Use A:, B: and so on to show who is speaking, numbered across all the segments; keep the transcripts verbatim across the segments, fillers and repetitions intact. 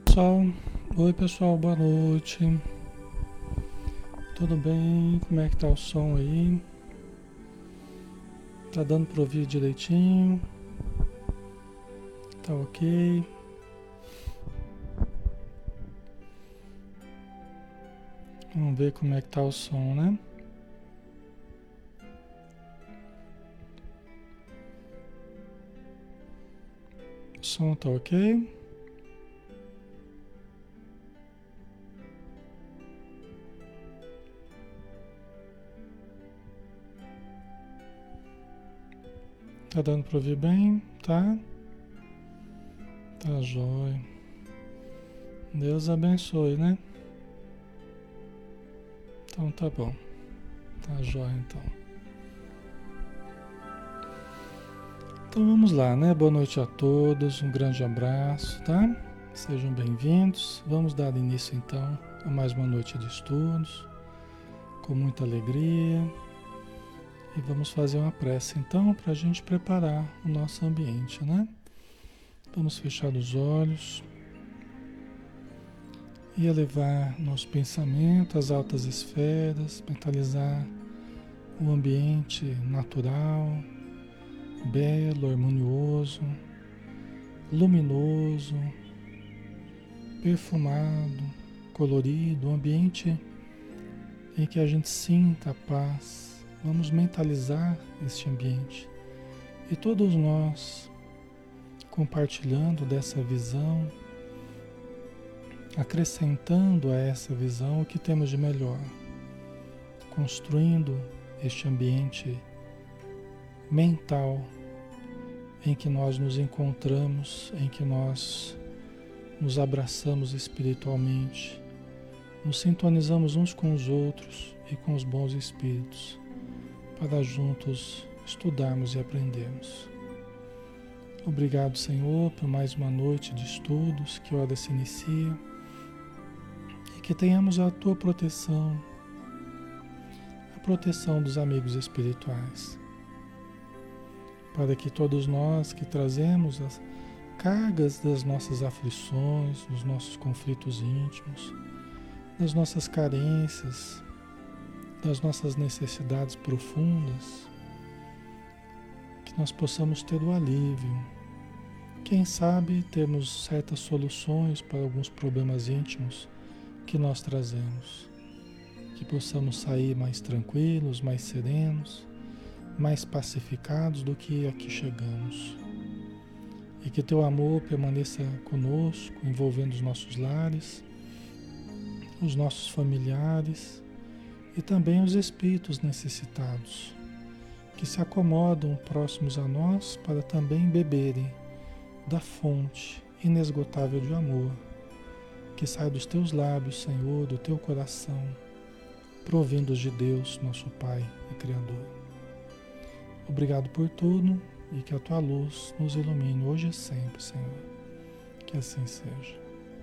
A: Pessoal, oi pessoal, boa noite. Tudo bem? Como é que tá o som aí? Tá dando para ouvir direitinho? Tá ok? Vamos ver como é que tá o som, né? O som tá ok? Tá dando para ouvir bem? Tá? Tá jóia. Deus abençoe, né? Então tá bom. Tá jóia então. Então vamos lá, né? Boa noite a todos, um grande abraço, tá? Sejam bem-vindos. Vamos dar início então a mais uma noite de estudos, com muita alegria. E vamos fazer uma prece então para a gente preparar o nosso ambiente, né? Vamos fechar os olhos e elevar nosso pensamento às altas esferas, mentalizar o ambiente natural, belo, harmonioso, luminoso, perfumado, colorido, um ambiente em que a gente sinta a paz. Vamos mentalizar este ambiente. E todos nós, compartilhando dessa visão, acrescentando a essa visão o que temos de melhor, construindo este ambiente mental em que nós nos encontramos, em que nós nos abraçamos espiritualmente, nos sintonizamos uns com os outros e com os bons espíritos, para juntos estudarmos e aprendermos. Obrigado, Senhor, por mais uma noite de estudos, que hora se inicia, e que tenhamos a Tua proteção, a proteção dos amigos espirituais, para que todos nós que trazemos as cargas das nossas aflições, dos nossos conflitos íntimos, das nossas carências, das nossas necessidades profundas, que nós possamos ter o alívio. Quem sabe termos certas soluções para alguns problemas íntimos que nós trazemos, que possamos sair mais tranquilos, mais serenos, mais pacificados do que aqui chegamos. E que Teu amor permaneça conosco, envolvendo os nossos lares, os nossos familiares e também os espíritos necessitados, que se acomodam próximos a nós para também beberem da fonte inesgotável de amor, que sai dos Teus lábios, Senhor, do Teu coração, provindos de Deus, nosso Pai e Criador. Obrigado por tudo e que a Tua luz nos ilumine hoje e sempre, Senhor. Que assim seja.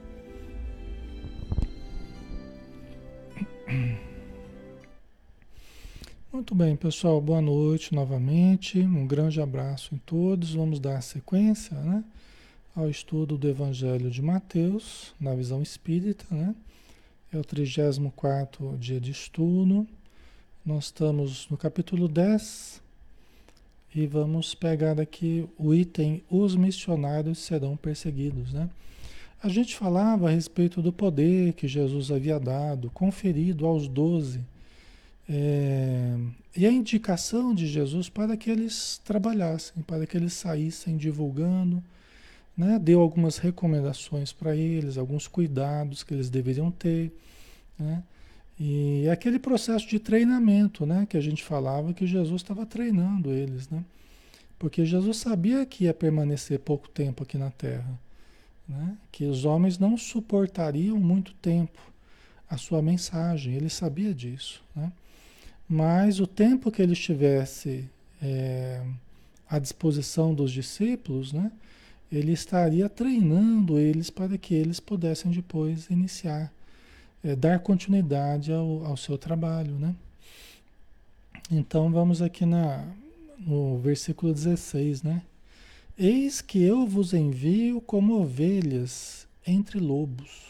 A: Muito bem, pessoal, boa noite novamente, um grande abraço em todos. Vamos dar sequência, né, ao estudo do Evangelho de Mateus, na visão espírita, né? É o trigésimo quarto dia de estudo. Nós estamos no capítulo dez e vamos pegar aqui o item: os missionários serão perseguidos, né? A gente falava a respeito do poder que Jesus havia dado, conferido aos doze. É, e a indicação de Jesus para que eles trabalhassem, para que eles saíssem divulgando, né? Deu algumas recomendações para eles, alguns cuidados que eles deveriam ter, né? E aquele processo de treinamento, né, que a gente falava que Jesus estava treinando eles, né? Porque Jesus sabia que ia permanecer pouco tempo aqui na Terra, né? Que os homens não suportariam muito tempo a sua mensagem, ele sabia disso, né? Mas o tempo que ele estivesse é, à disposição dos discípulos, né, ele estaria treinando eles para que eles pudessem depois iniciar, é, dar continuidade ao, ao seu trabalho, né? Então vamos aqui na, no versículo dezesseis, né? Eis que eu vos envio como ovelhas entre lobos.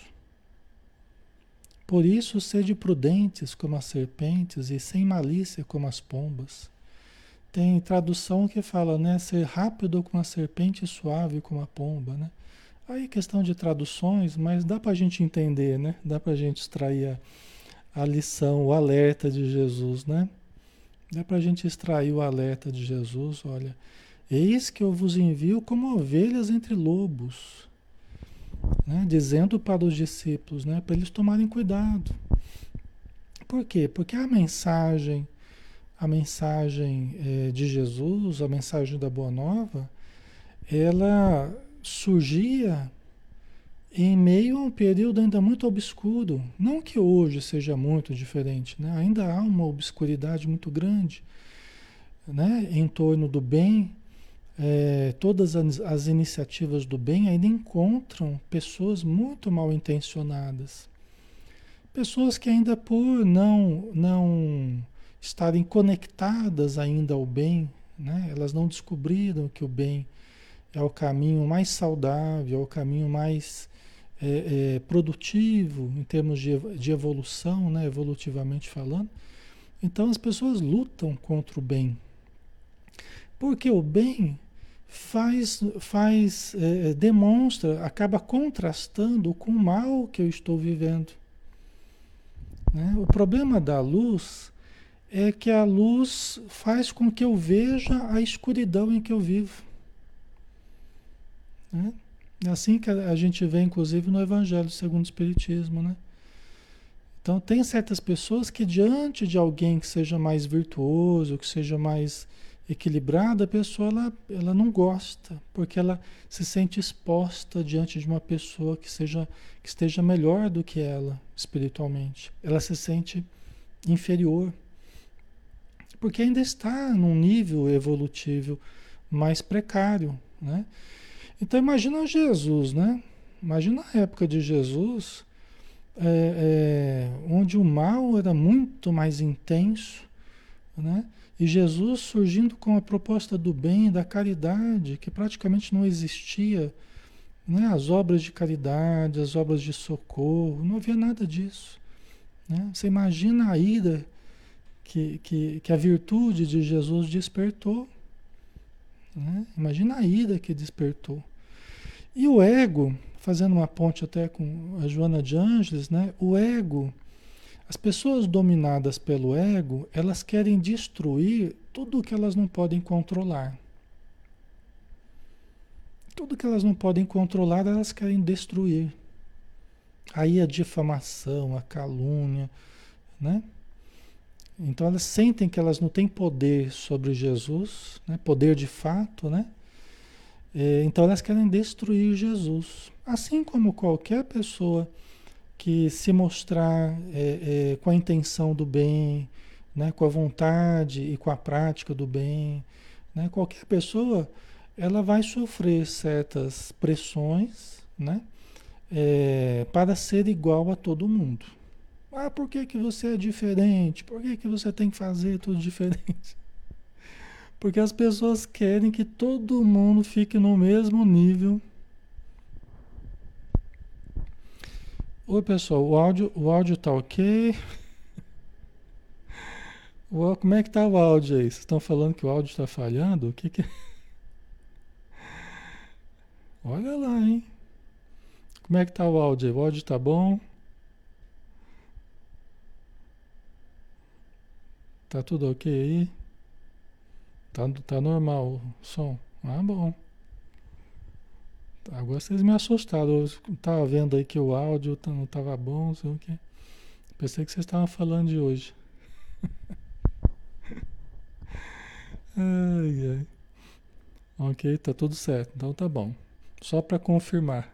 A: Por isso, sede prudentes como as serpentes e sem malícia como as pombas. Tem tradução que fala, né? Ser rápido como a serpente e suave como a pomba, né? Aí questão de traduções, mas dá para a gente entender, né? Dá para a gente extrair a, a lição, o alerta de Jesus, né? Dá para a gente extrair o alerta de Jesus, olha. Eis que eu vos envio como ovelhas entre lobos, né? Dizendo para os discípulos, né? Para eles tomarem cuidado. Por quê? Porque a mensagem, a mensagem eh, de Jesus, a mensagem da Boa Nova, ela surgia em meio a um período ainda muito obscuro. Não que hoje seja muito diferente, né? Ainda há uma obscuridade muito grande, né? Em torno do bem. É, todas as, as iniciativas do bem ainda encontram pessoas muito mal intencionadas. Pessoas que ainda por não, não estarem conectadas ainda ao bem, né? Elas não descobriram que o bem é o caminho mais saudável, é o caminho mais é, é, produtivo em termos de, de evolução, né? Evolutivamente falando. Então as pessoas lutam contra o bem. Porque o bem faz, faz é, demonstra, acaba contrastando com o mal que eu estou vivendo. Né? O problema da luz é que a luz faz com que eu veja a escuridão em que eu vivo. Né? É assim que a gente vê, inclusive, no Evangelho segundo o Espiritismo. Né? Então, tem certas pessoas que, diante de alguém que seja mais virtuoso, que seja mais equilibrada, a pessoa ela, ela não gosta, porque ela se sente exposta diante de uma pessoa que, seja, que esteja melhor do que ela espiritualmente. Ela se sente inferior, porque ainda está num nível evolutivo mais precário, né? Então imagina Jesus, né? Imagina a época de Jesus, é, é, onde o mal era muito mais intenso, né? E Jesus surgindo com a proposta do bem, da caridade, que praticamente não existia, né? As obras de caridade, as obras de socorro, não havia nada disso, né? Você imagina a ira que, que, que a virtude de Jesus despertou, né? Imagina a ira que despertou. E o ego, fazendo uma ponte até com a Joana de Ângeles, né? O ego, as pessoas dominadas pelo ego, elas querem destruir tudo que elas não podem controlar. Tudo que elas não podem controlar, elas querem destruir. Aí a difamação, a calúnia, né? Então elas sentem que elas não têm poder sobre Jesus, né? Poder de fato, né? É, então elas querem destruir Jesus. Assim como qualquer pessoa que se mostrar é, é, com a intenção do bem, né? Com a vontade e com a prática do bem, né? Qualquer pessoa, ela vai sofrer certas pressões, né? É, para ser igual a todo mundo. Ah, por que que você é diferente? Por que que você tem que fazer tudo diferente? Porque as pessoas querem que todo mundo fique no mesmo nível. Oi, pessoal, o áudio, o áudio tá ok? O, como é que tá o áudio aí? Vocês estão falando que o áudio está falhando? O que que... Olha lá, hein? Como é que tá o áudio aí? O áudio tá bom? Tá tudo ok aí? Tá, tá normal o som? Ah, bom. Agora vocês me assustaram. Eu tava vendo aí que o áudio não tava bom, não sei o quê. Pensei que vocês estavam falando de hoje. Ai, ai. Ok, tá tudo certo. Então tá bom. Só para confirmar,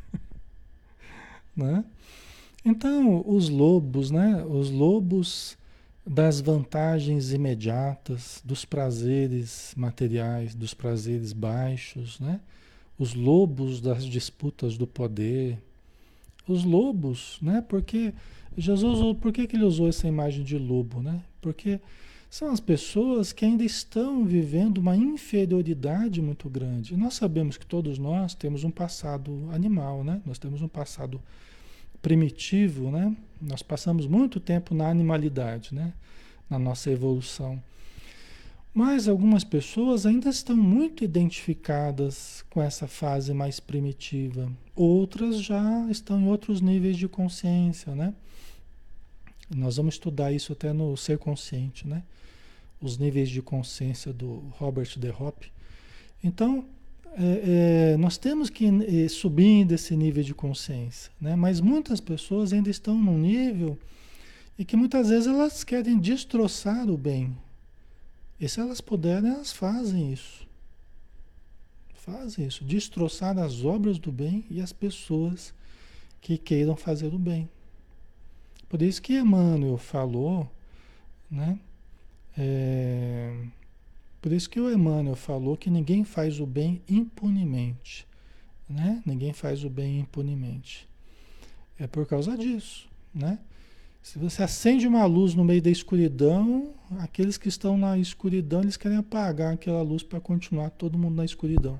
A: né? Então, os lobos, né? Os lobos das vantagens imediatas, dos prazeres materiais, dos prazeres baixos, né? Os lobos das disputas do poder. Os lobos, né? Porque Jesus, por que que ele usou essa imagem de lobo, né? Porque São as pessoas que ainda estão vivendo uma inferioridade muito grande. E nós sabemos que todos nós temos um passado animal, né? Nós temos um passado primitivo, né? Nós passamos muito tempo na animalidade, né? Na nossa evolução. Mas algumas pessoas ainda estão muito identificadas com essa fase mais primitiva. Outras já estão em outros níveis de consciência, né? Nós vamos estudar isso até no Ser Consciente, né? Os níveis de consciência do Robert de Hoppe. Então, é, é, nós temos que ir subindo esse nível de consciência, né? Mas muitas pessoas ainda estão num nível e que muitas vezes elas querem destroçar o bem. E se elas puderem, elas fazem isso. Fazem isso. Destroçar as obras do bem e as pessoas que queiram fazer o bem. Por isso que Emmanuel falou, né? É, por isso que o Emmanuel falou que ninguém faz o bem impunemente, né? Ninguém faz o bem impunemente. É por causa disso, né? Se você acende uma luz no meio da escuridão, aqueles que estão na escuridão, eles querem apagar aquela luz para continuar todo mundo na escuridão.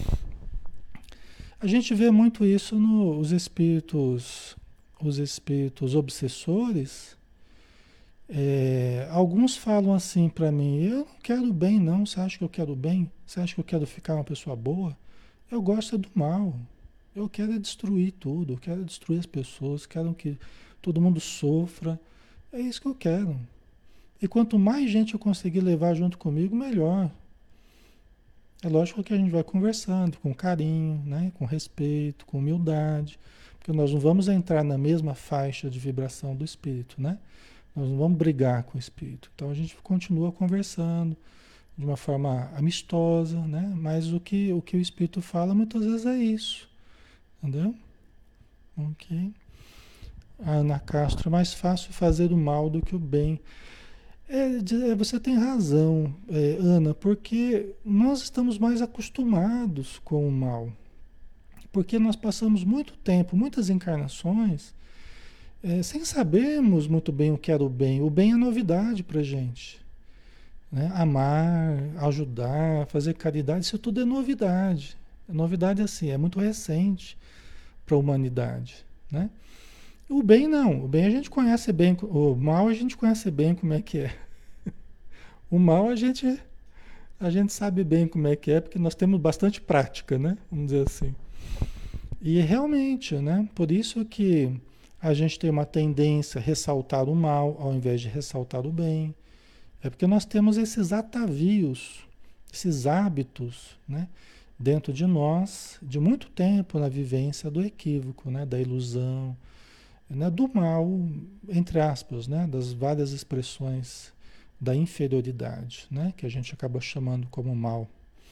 A: A gente vê muito isso nos espíritos, os espíritos obsessores. É, alguns falam assim para mim: eu não quero bem, não. Você acha que eu quero bem? Você acha que eu quero ficar uma pessoa boa? Eu gosto é do mal. Eu quero é destruir tudo. Eu quero destruir as pessoas. Quero que todo mundo sofra. É isso que eu quero. E quanto mais gente eu conseguir levar junto comigo, melhor. É lógico que a gente vai conversando com carinho, né? Com respeito, com humildade. Porque nós não vamos entrar na mesma faixa de vibração do espírito, né? Nós não vamos brigar com o espírito. Então a gente continua conversando de uma forma amistosa, né? Mas o que o, que o espírito fala muitas vezes é isso. Entendeu? Ok. A Ana Castro: é mais fácil fazer o mal do que o bem. É, é, você tem razão, é, Ana, porque nós estamos mais acostumados com o mal. Porque nós passamos muito tempo, muitas encarnações, é, sem sabermos muito bem o que era o bem. O bem é novidade para a gente. Né? Amar, ajudar, fazer caridade, isso tudo é novidade. É novidade assim, é muito recente para a humanidade, né? O bem não, o bem a gente conhece bem, o mal a gente conhece bem como é que é. O mal a gente, a gente sabe bem como é que é, porque nós temos bastante prática, né? Vamos dizer assim. E realmente, né? Por isso que a gente tem uma tendência a ressaltar o mal ao invés de ressaltar o bem. É porque nós temos esses atavios, esses hábitos, né? Dentro de nós, de muito tempo na vivência do equívoco, né? Da ilusão, né, do mal, entre aspas, né, das várias expressões da inferioridade, né, que a gente acaba chamando como mal.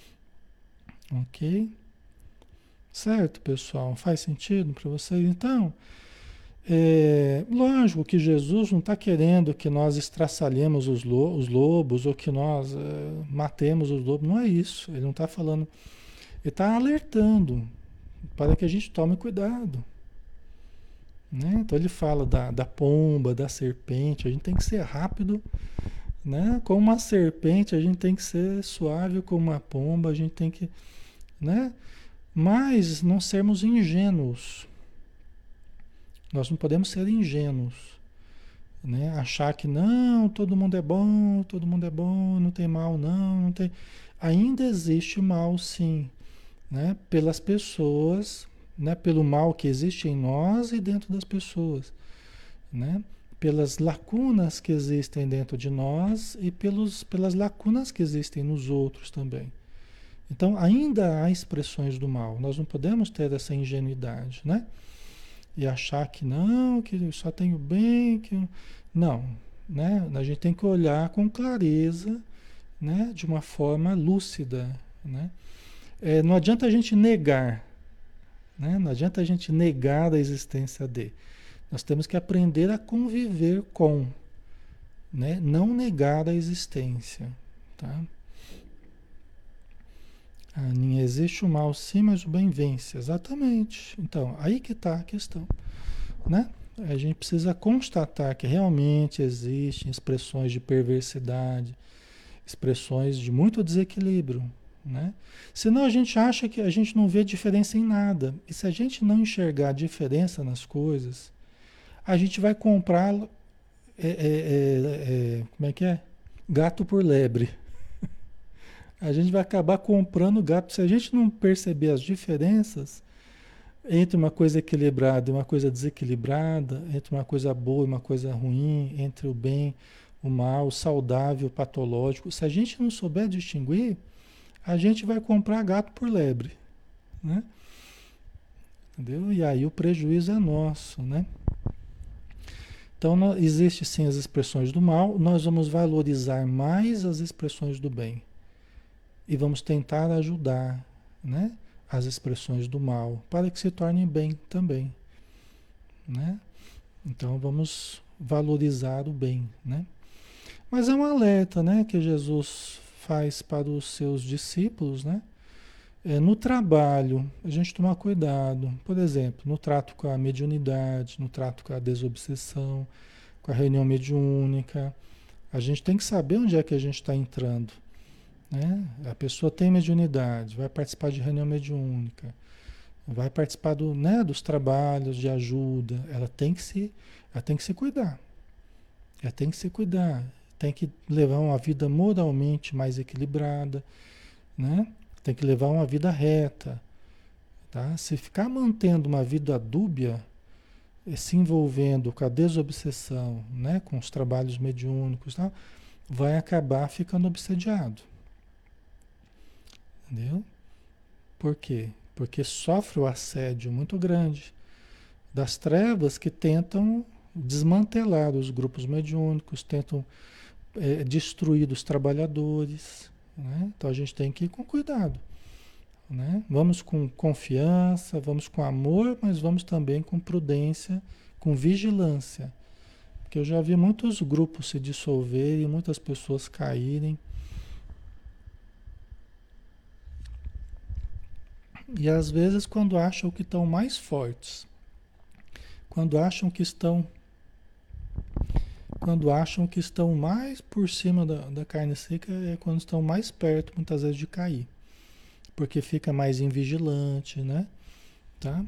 A: Ok? Certo, pessoal? Faz sentido para vocês? Então, é, lógico que Jesus não está querendo que nós estraçalhemos os, lo os lobos ou que nós é, matemos os lobos, não é isso. Ele não está falando, ele está alertando para que a gente tome cuidado. Né? Então ele fala da, da pomba, da serpente, a gente tem que ser rápido, né? Como uma serpente, a gente tem que ser suave como uma pomba, a gente tem que, né? Mas não sermos ingênuos. Nós não podemos ser ingênuos, né? Achar que não, todo mundo é bom, todo mundo é bom, não tem mal não, não tem. Ainda existe mal sim, né? Pelas pessoas, né, pelo mal que existe em nós e dentro das pessoas, né? Pelas lacunas que existem dentro de nós e pelos, pelas lacunas que existem nos outros também. Então, ainda há expressões do mal. Nós não podemos ter essa ingenuidade, né? E achar que não, que eu só tenho bem, que eu... não, né? A gente tem que olhar com clareza, né? De uma forma lúcida, né? É, não adianta a gente negar. Né? Não adianta a gente negar a existência de. Nós temos que aprender a conviver com, né? Não negar a existência. Tá? Aninha, existe o mal sim, mas o bem vence. Exatamente. Então, aí que está a questão. Né? A gente precisa constatar que realmente existem expressões de perversidade, expressões de muito desequilíbrio, né? Senão a gente acha que a gente não vê diferença em nada. E se a gente não enxergar diferença nas coisas, a gente vai comprar, é, é, é, é, como é que é? Gato por lebre. A gente vai acabar comprando gato. Se a gente não perceber as diferenças entre uma coisa equilibrada e uma coisa desequilibrada, entre uma coisa boa e uma coisa ruim, entre o bem, o mal, o saudável, o patológico, se a gente não souber distinguir, a gente vai comprar gato por lebre, né? Entendeu? E aí o prejuízo é nosso, né? Então, nó- existe sim as expressões do mal, nós vamos valorizar mais as expressões do bem e vamos tentar ajudar, né, as expressões do mal para que se tornem bem também, né? Então, vamos valorizar o bem, né? Mas é um alerta, né, que Jesus faz para os seus discípulos, né? É, no trabalho, a gente tomar cuidado, por exemplo, no trato com a mediunidade, no trato com a desobsessão, com a reunião mediúnica. A gente tem que saber onde é que a gente está entrando, né? A pessoa tem mediunidade, vai participar de reunião mediúnica, vai participar do, né, dos trabalhos de ajuda. Ela tem que se, ela tem que se cuidar. Ela tem que se cuidar. Tem que levar uma vida moralmente mais equilibrada, né? Tem que levar uma vida reta, tá? Se ficar mantendo uma vida dúbia, eh, se envolvendo com a desobsessão, né, com os trabalhos mediúnicos, tá, vai acabar ficando obsediado, entendeu? Por quê? Porque sofre o assédio muito grande das trevas que tentam desmantelar os grupos mediúnicos, tentam eh, destruir os trabalhadores, né? Então a gente tem que ir com cuidado, né? Vamos com confiança, vamos com amor, mas vamos também com prudência, com vigilância. Porque eu já vi muitos grupos se dissolverem, muitas pessoas caírem. E às vezes quando acham que estão mais fortes, quando acham que estão, quando acham que estão mais por cima da, da carne seca, é quando estão mais perto, muitas vezes, de cair. Porque fica mais invigilante, né? Tá?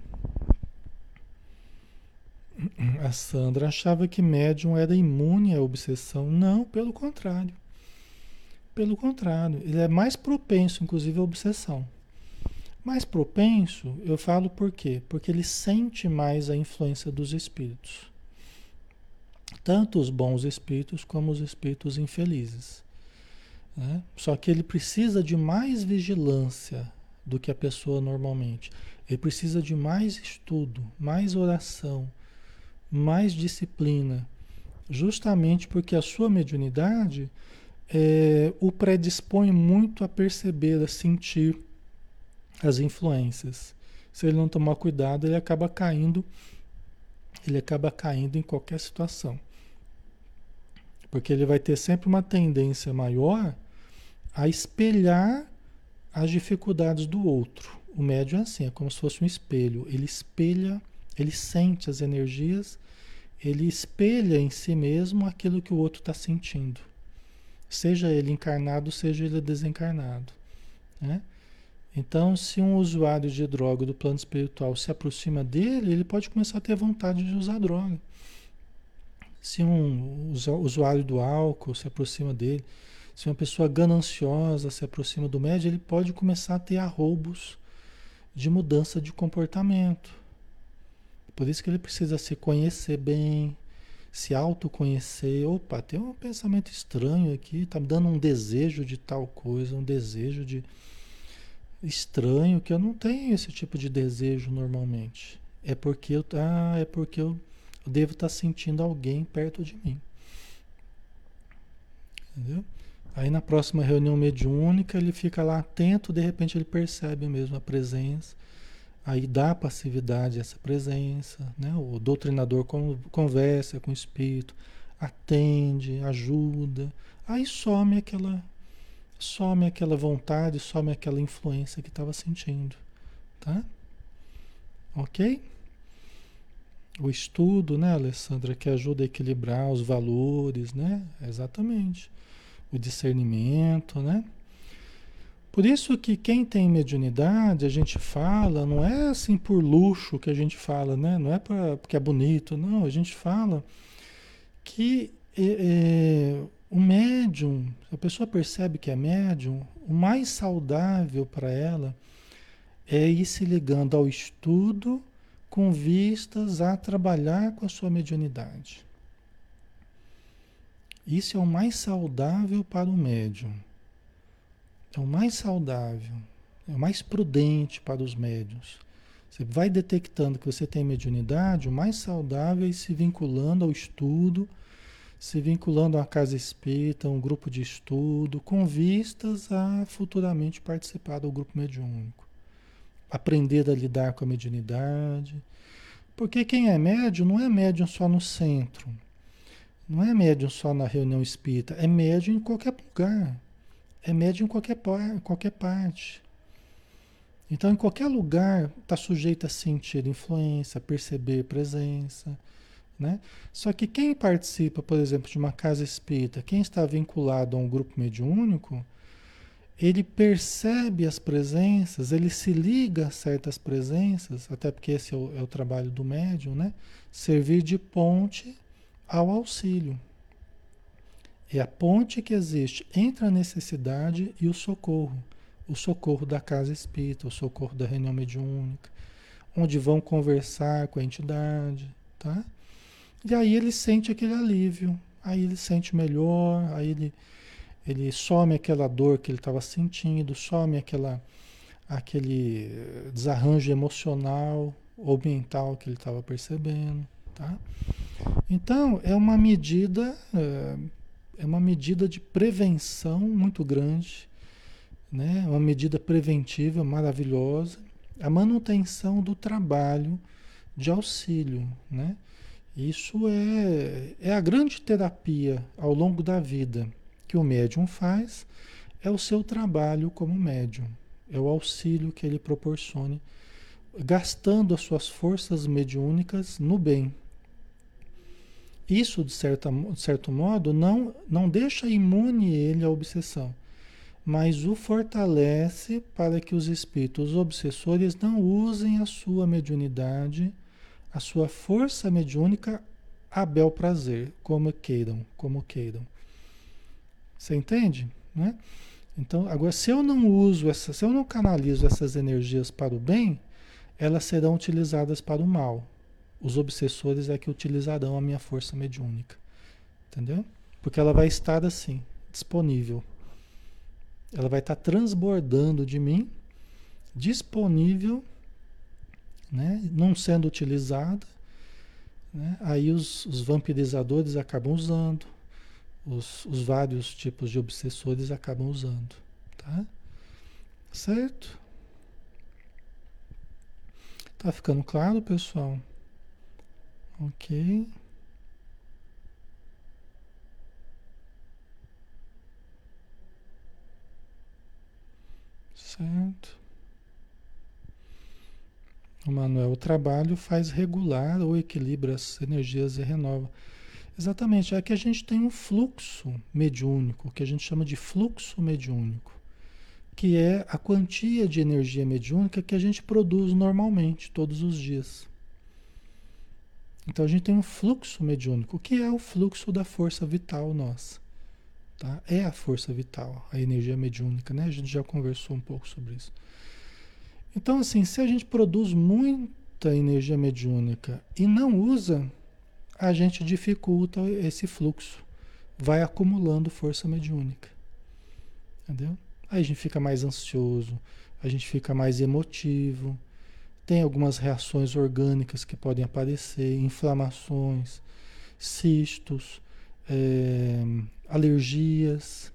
A: A Sandra achava que médium era imune à obsessão. Não, pelo contrário. Pelo contrário, ele é mais propenso, inclusive, à obsessão. Mais propenso, eu falo por quê? Porque ele sente mais a influência dos espíritos. Tanto os bons espíritos como os espíritos infelizes, né? Só que ele precisa de mais vigilância do que a pessoa normalmente. Ele precisa de mais estudo, mais oração, mais disciplina, justamente porque a sua mediunidade é, o predispõe muito a perceber, a sentir as influências. Se ele não tomar cuidado, ele acaba caindo, ele acaba caindo em qualquer situação. Porque ele vai ter sempre uma tendência maior a espelhar as dificuldades do outro. O médium é assim, é como se fosse um espelho. Ele espelha, ele sente as energias, ele espelha em si mesmo aquilo que o outro está sentindo. Seja ele encarnado, seja ele desencarnado, né? Então, se um usuário de droga do plano espiritual se aproxima dele, ele pode começar a ter vontade de usar droga. Se um usuário do álcool se aproxima dele, se uma pessoa gananciosa se aproxima do médium, ele pode começar a ter arroubos de mudança de comportamento. Por isso que ele precisa se conhecer bem, se autoconhecer. Opa, tem um pensamento estranho aqui, está me dando um desejo de tal coisa, um desejo de estranho, que eu não tenho esse tipo de desejo normalmente. É porque eu, ah, é porque eu, eu devo estar sentindo alguém perto de mim. Entendeu? Aí na próxima reunião mediúnica ele fica lá atento, de repente ele percebe mesmo a presença, aí dá passividade a essa presença, né? O doutrinador con- conversa com o espírito, atende, ajuda, aí some aquela, some aquela vontade, some aquela influência que estava sentindo, tá? Ok? O estudo, né, Alessandra, que ajuda a equilibrar os valores, né? Exatamente. O discernimento, né? Por isso que quem tem mediunidade, a gente fala, não é assim por luxo que a gente fala, né? Não é pra, porque é bonito, não. A gente fala que é, é, o médium, a pessoa percebe que é médium, o mais saudável para ela é ir se ligando ao estudo com vistas a trabalhar com a sua mediunidade. Isso é o mais saudável para o médium. É o mais saudável, é o mais prudente para os médiuns. Você vai detectando que você tem mediunidade, o mais saudável é ir se vinculando ao estudo, se vinculando a uma casa espírita, um grupo de estudo, com vistas a futuramente participar do grupo mediúnico. Aprender a lidar com a mediunidade. Porque quem é médium não é médium só no centro, não é médium só na reunião espírita, é médium em qualquer lugar. É médium em qualquer, par, qualquer parte. Então, em qualquer lugar, está sujeito a sentir influência, a perceber presença, né? Só que quem participa, por exemplo, de uma casa espírita, quem está vinculado a um grupo mediúnico, ele percebe as presenças, ele se liga a certas presenças, até porque esse é o, é o trabalho do médium, né? Servir de ponte ao auxílio. É a ponte que existe entre a necessidade e o socorro. O socorro da casa espírita, o socorro da reunião mediúnica, onde vão conversar com a entidade, tá? E aí ele sente aquele alívio, aí ele sente melhor, aí ele, ele some aquela dor que ele estava sentindo, some aquela, aquele desarranjo emocional ou mental que ele estava percebendo, tá? Então, é uma medida... É, é uma medida de prevenção muito grande, né? Uma medida preventiva maravilhosa, a manutenção do trabalho de auxílio, né? Isso é, é a grande terapia ao longo da vida que o médium faz, é o seu trabalho como médium, é o auxílio que ele proporcione, gastando as suas forças mediúnicas no bem. Isso, de, certa, de certo modo, não, não deixa imune ele à obsessão, mas o fortalece para que os espíritos obsessores não usem a sua mediunidade, a sua força mediúnica a bel prazer, como queiram, como queiram. Você entende? Né? Então, agora, se eu não uso, essa, se eu não canalizo essas energias para o bem, elas serão utilizadas para o mal. Os obsessores é que utilizarão a minha força mediúnica. Entendeu? Porque ela vai estar assim, disponível. Ela vai estar transbordando de mim, disponível, né? Não sendo utilizada. Né? Aí os, os vampirizadores acabam usando. Os, os vários tipos de obsessores acabam usando. Tá? Certo? Tá ficando claro, pessoal? Ok. Certo. O Manuel, o trabalho faz regular ou equilibra as energias e renova. Exatamente, é que a gente tem um fluxo mediúnico, que a gente chama de fluxo mediúnico, que é a quantia de energia mediúnica que a gente produz normalmente, todos os dias. Então a gente tem um fluxo mediúnico, que é o fluxo da força vital nossa. Tá? É a força vital, a energia mediúnica, né? A gente já conversou um pouco sobre isso. Então, assim, se a gente produz muita energia mediúnica e não usa, a gente dificulta esse fluxo. Vai acumulando força mediúnica. Entendeu? Aí a gente fica mais ansioso, a gente fica mais emotivo, tem algumas reações orgânicas que podem aparecer, inflamações, cistos, é, alergias.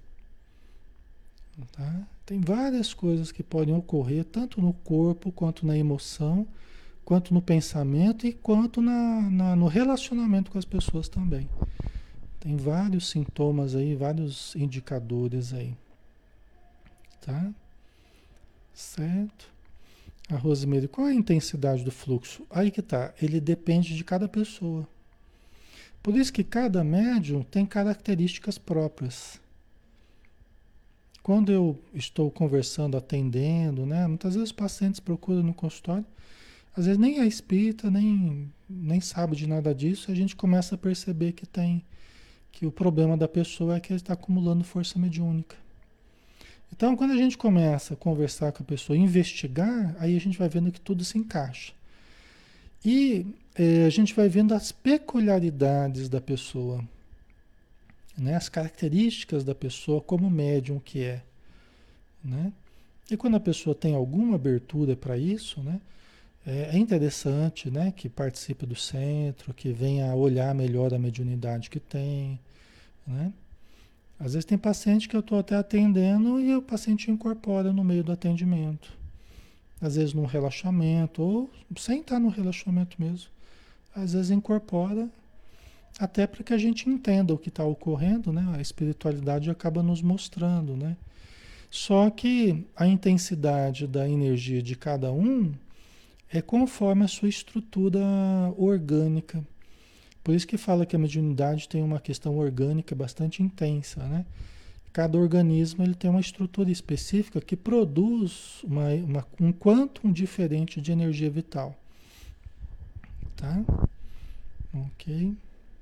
A: Tá? Tem várias coisas que podem ocorrer, tanto no corpo, quanto na emoção, quanto no pensamento e quanto na, na, no relacionamento com as pessoas também. Tem vários sintomas aí, vários indicadores aí. Tá? Certo? A Rosemary, qual é a intensidade do fluxo? Aí que tá, ele depende de cada pessoa. Por isso que cada médium tem características próprias. Quando eu estou conversando, atendendo, né? Muitas vezes os pacientes procuram no consultório, às vezes nem é espírita, nem, nem sabe de nada disso, a gente começa a perceber que tem, que o problema da pessoa é que ele está acumulando força mediúnica. Então, quando a gente começa a conversar com a pessoa, investigar, aí a gente vai vendo que tudo se encaixa. E eh, a gente vai vendo as peculiaridades da pessoa, né? As características da pessoa como médium que é, né? E quando a pessoa tem alguma abertura para isso, né? É é interessante, né, que participe do centro, que venha olhar melhor a mediunidade que tem, né? Às vezes tem paciente que eu estou até atendendo e o paciente incorpora no meio do atendimento. Às vezes num relaxamento, ou sem estar no relaxamento mesmo. Às vezes incorpora, até para que a gente entenda o que está ocorrendo, né? A espiritualidade acaba nos mostrando, né? Só que a intensidade da energia de cada um é conforme a sua estrutura orgânica. Por isso que fala que a mediunidade tem uma questão orgânica bastante intensa, né? Cada organismo ele tem uma estrutura específica que produz uma, uma, um quantum diferente de energia vital. Tá? Ok.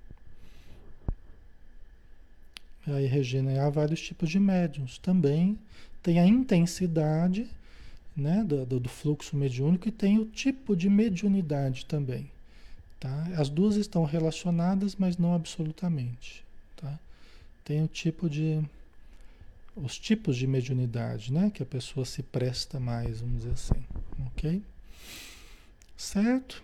A: Aí, Regina, há vários tipos de médiums. Também tem a intensidade, né, do, do fluxo mediúnico e tem o tipo de mediunidade também. Tá? As duas estão relacionadas, mas não absolutamente. Tá? Tem o tipo de, os tipos de mediunidade, né, que a pessoa se presta mais, vamos dizer assim. Ok? Certo?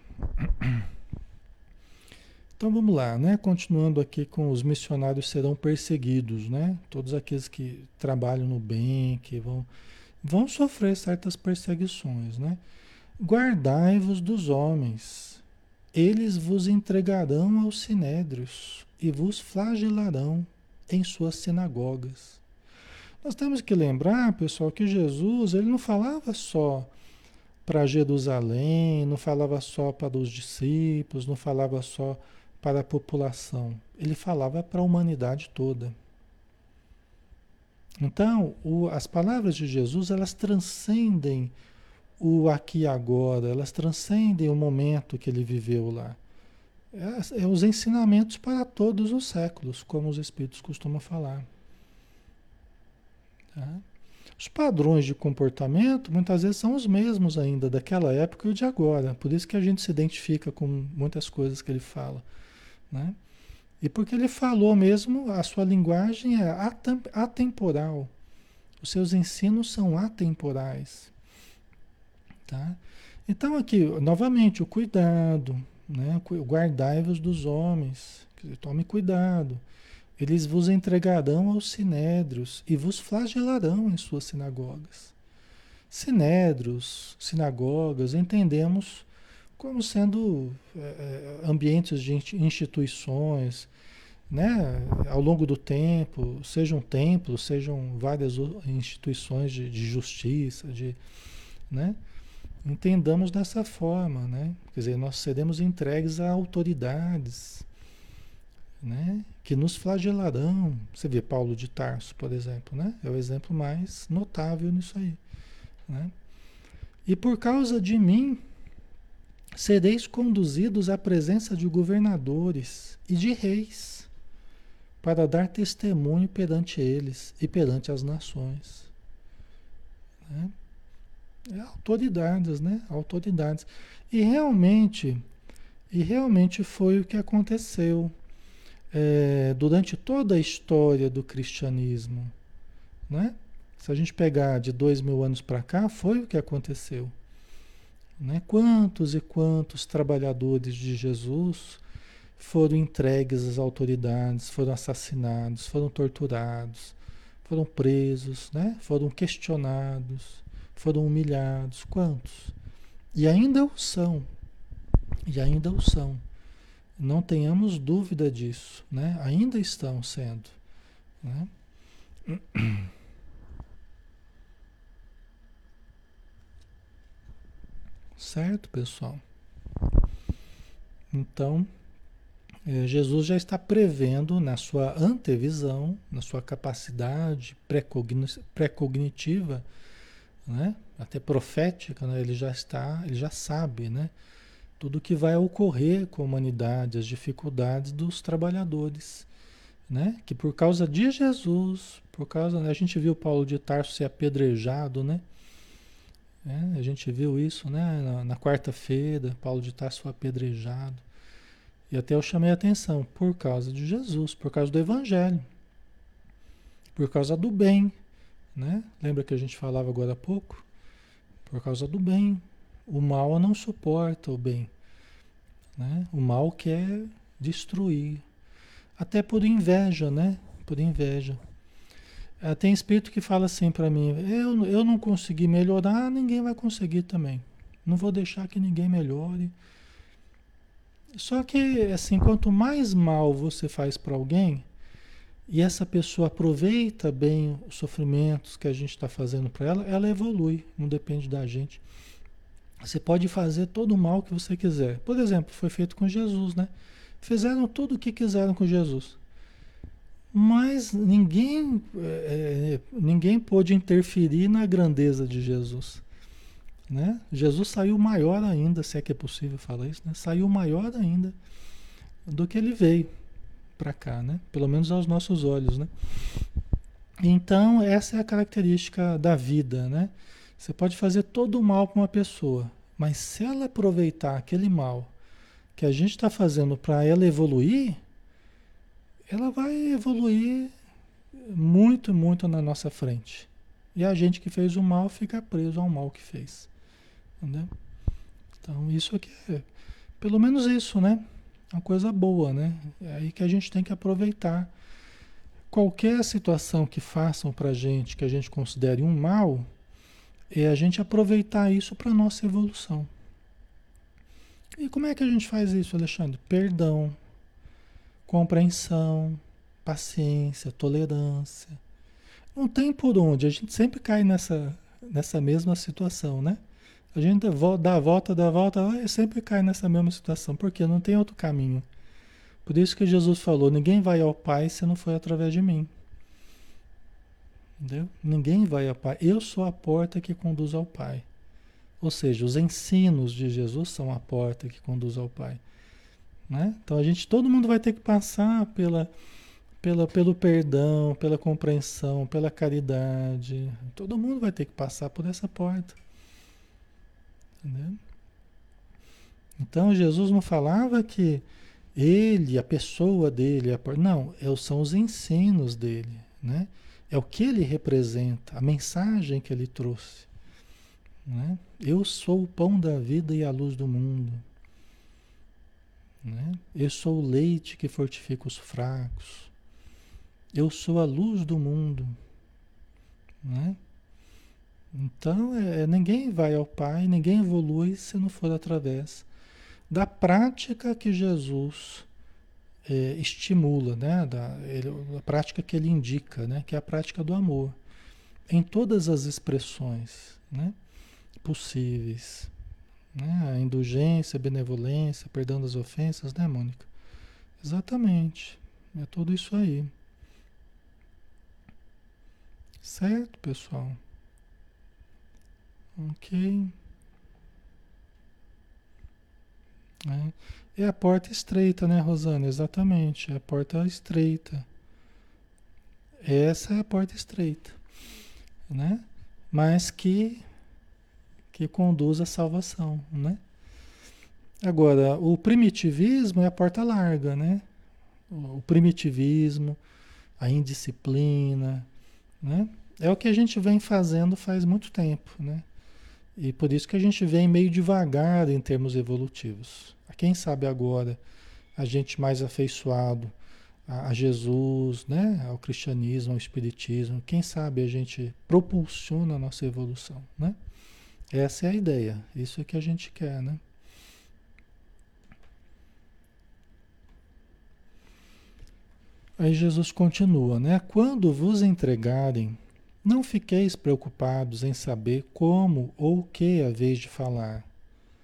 A: Então vamos lá, né? Continuando aqui com os missionários serão perseguidos, né? Todos aqueles que trabalham no bem, que vão, vão sofrer certas perseguições, né? Guardai-vos dos homens, eles vos entregarão aos sinédrios e vos flagelarão em suas sinagogas. Nós temos que lembrar, pessoal, que Jesus, ele não falava só para Jerusalém, não falava só para os discípulos, não falava só para a população. Ele falava para a humanidade toda. Então, o, as palavras de Jesus, elas transcendem o aqui e agora, elas transcendem o momento que ele viveu lá. É, é os ensinamentos para todos os séculos, como os espíritos costumam falar. Tá? Os padrões de comportamento muitas vezes são os mesmos ainda daquela época e o de agora. Por isso que a gente se identifica com muitas coisas que ele fala, né? E porque ele falou mesmo, a sua linguagem é atemporal. Os seus ensinos são atemporais. Tá? Então aqui, novamente, o cuidado, né? Guardai-vos dos homens, tome cuidado. Eles vos entregarão aos sinédrios e vos flagelarão em suas sinagogas. Sinédrios, sinagogas, entendemos como sendo é, ambientes de instituições, né? Ao longo do tempo, sejam templos, sejam várias instituições de, de justiça, de, né? Entendamos dessa forma, né? Quer dizer, nós seremos entregues a autoridades, né? Que nos flagelarão. Você vê Paulo de Tarso, por exemplo, né? É o exemplo mais notável nisso aí, né? E por causa de mim, sereis conduzidos à presença de governadores e de reis, para dar testemunho perante eles e perante as nações, né? É, autoridades, né? Autoridades. E realmente, e realmente foi o que aconteceu é, durante toda a história do cristianismo, né? Se a gente pegar de dois mil anos para cá, foi o que aconteceu, né? Quantos e quantos trabalhadores de Jesus foram entregues às autoridades, foram assassinados, foram torturados, foram presos, né? Foram questionados, foram humilhados, quantos? E ainda o são, e ainda o são. Não tenhamos dúvida disso, né? Ainda estão sendo, né? Certo, pessoal? Então, eh, Jesus já está prevendo na sua antevisão, na sua capacidade pré-cogni- pré-cognitiva, né? Até profética, né? Ele já está, ele já sabe, né? Tudo que vai ocorrer com a humanidade, as dificuldades dos trabalhadores, né? Que por causa de Jesus, por causa, né? A gente viu Paulo de Tarso ser apedrejado, né? É, a gente viu isso, né? Na, na quarta-feira, Paulo de Tarso foi apedrejado. E até eu chamei a atenção, por causa de Jesus, por causa do Evangelho, por causa do bem, né? Lembra que a gente falava agora há pouco? Por causa do bem. O mal não suporta o bem, né? O mal quer destruir. Até por inveja, né? Por inveja. Ah, tem espírito que fala assim para mim, eu, eu não consegui melhorar, ninguém vai conseguir também. Não vou deixar que ninguém melhore. Só que, assim, quanto mais mal você faz para alguém, e essa pessoa aproveita bem os sofrimentos que a gente está fazendo para ela, ela evolui, não depende da gente. Você pode fazer todo o mal que você quiser. Por exemplo, foi feito com Jesus, né? Fizeram tudo o que quiseram com Jesus. Mas ninguém, é, ninguém pôde interferir na grandeza de Jesus, né? Jesus saiu maior ainda, se é que é possível falar isso, né? Saiu maior ainda do que ele veio para cá, né? Pelo menos aos nossos olhos, né? Então, essa é a característica da vida, né? Você pode fazer todo o mal para uma pessoa, mas se ela aproveitar aquele mal que a gente está fazendo para ela evoluir, ela vai evoluir muito, muito na nossa frente. E a gente que fez o mal fica preso ao mal que fez. Entendeu? Então, isso aqui é, pelo menos isso, né? Uma coisa boa, né? É aí que a gente tem que aproveitar. Qualquer situação que façam pra gente, que a gente considere um mal, é a gente aproveitar isso para nossa evolução. E como é que a gente faz isso, Alexandre? Perdão, compreensão, paciência, tolerância. Não tem por onde, a gente sempre cai nessa, nessa mesma situação, né? A gente dá a volta, dá a volta, e sempre cai nessa mesma situação, porque não tem outro caminho. Por isso que Jesus falou, ninguém vai ao Pai se não for através de mim. Entendeu? Ninguém vai ao Pai. Eu sou a porta que conduz ao Pai. Ou seja, os ensinos de Jesus são a porta que conduz ao Pai. Né? Então a gente, todo mundo vai ter que passar pela, pela, pelo perdão, pela compreensão, pela caridade. Todo mundo vai ter que passar por essa porta. Entendeu? Então Jesus não falava que ele, a pessoa dele, a por... não, são os ensinos dele, né? É o que ele representa, a mensagem que ele trouxe, né? Eu sou o pão da vida e a luz do mundo, né? Eu sou o leite que fortifica os fracos, eu sou a luz do mundo, né? Então, é, ninguém vai ao Pai, ninguém evolui se não for através da prática que Jesus é, estimula, né? Da, ele, a prática que ele indica, né? Que é a prática do amor, em todas as expressões, né? Possíveis, né? A indulgência, a benevolência, perdão das ofensas, né, Mônica? Exatamente, é tudo isso aí. Certo, pessoal? Ok. É, é a porta estreita, né, Rosana? Exatamente, é a porta estreita. Essa é a porta estreita, né? Mas que, que conduz à salvação, né? Agora, o primitivismo é a porta larga, né? O primitivismo, a indisciplina, né? É o que a gente vem fazendo faz muito tempo, né? E por isso que a gente vem meio devagar em termos evolutivos. Quem sabe agora a gente mais afeiçoado a, a Jesus, né? Ao cristianismo, ao espiritismo, quem sabe a gente propulsiona a nossa evolução, né? Essa é a ideia, isso é que a gente quer, né? Aí Jesus continua, né? Quando vos entregarem, não fiqueis preocupados em saber como ou o que haveis de falar,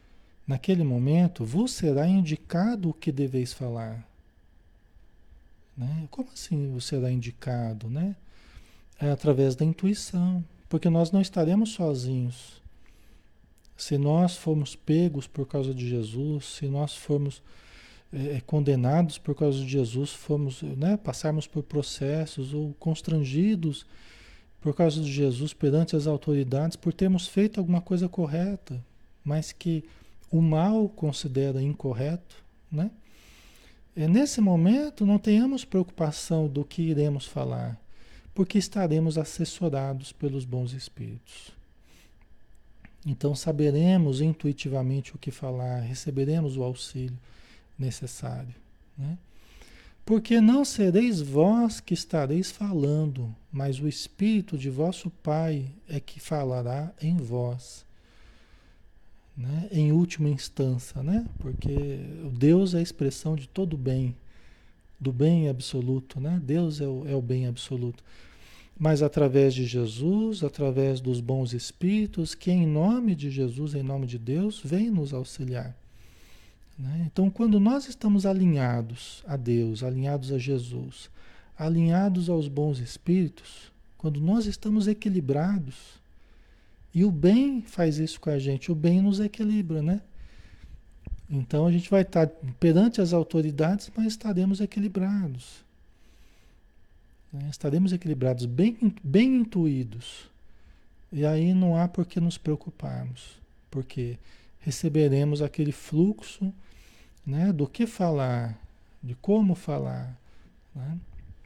A: naquele momento vos será indicado o que deveis falar. Né? Como assim vos será indicado? Né? É através da intuição, porque nós não estaremos sozinhos. Se nós formos pegos por causa de Jesus, se nós formos é, condenados por causa de Jesus, formos, né, passarmos por processos ou constrangidos por causa de Jesus perante as autoridades por termos feito alguma coisa correta, mas que o mal considera incorreto, né? E nesse momento não tenhamos preocupação do que iremos falar, porque estaremos assessorados pelos bons espíritos. Então saberemos intuitivamente o que falar, receberemos o auxílio necessário, né? Porque não sereis vós que estareis falando, mas o Espírito de vosso Pai é que falará em vós, né? Em última instância, né? Porque o Deus é a expressão de todo o bem, do bem absoluto, né? Deus é o, é o bem absoluto. Mas através de Jesus, através dos bons espíritos, que em nome de Jesus, em nome de Deus, vem nos auxiliar. Né? Então, quando nós estamos alinhados a Deus, alinhados a Jesus, alinhados aos bons espíritos, quando nós estamos equilibrados, e o bem faz isso com a gente, o bem nos equilibra, né? Então a gente vai estar perante as autoridades, mas estaremos equilibrados. Né? Estaremos equilibrados, bem, bem intuídos. E aí não há por que nos preocuparmos, porque receberemos aquele fluxo, né, do que falar, de como falar, né?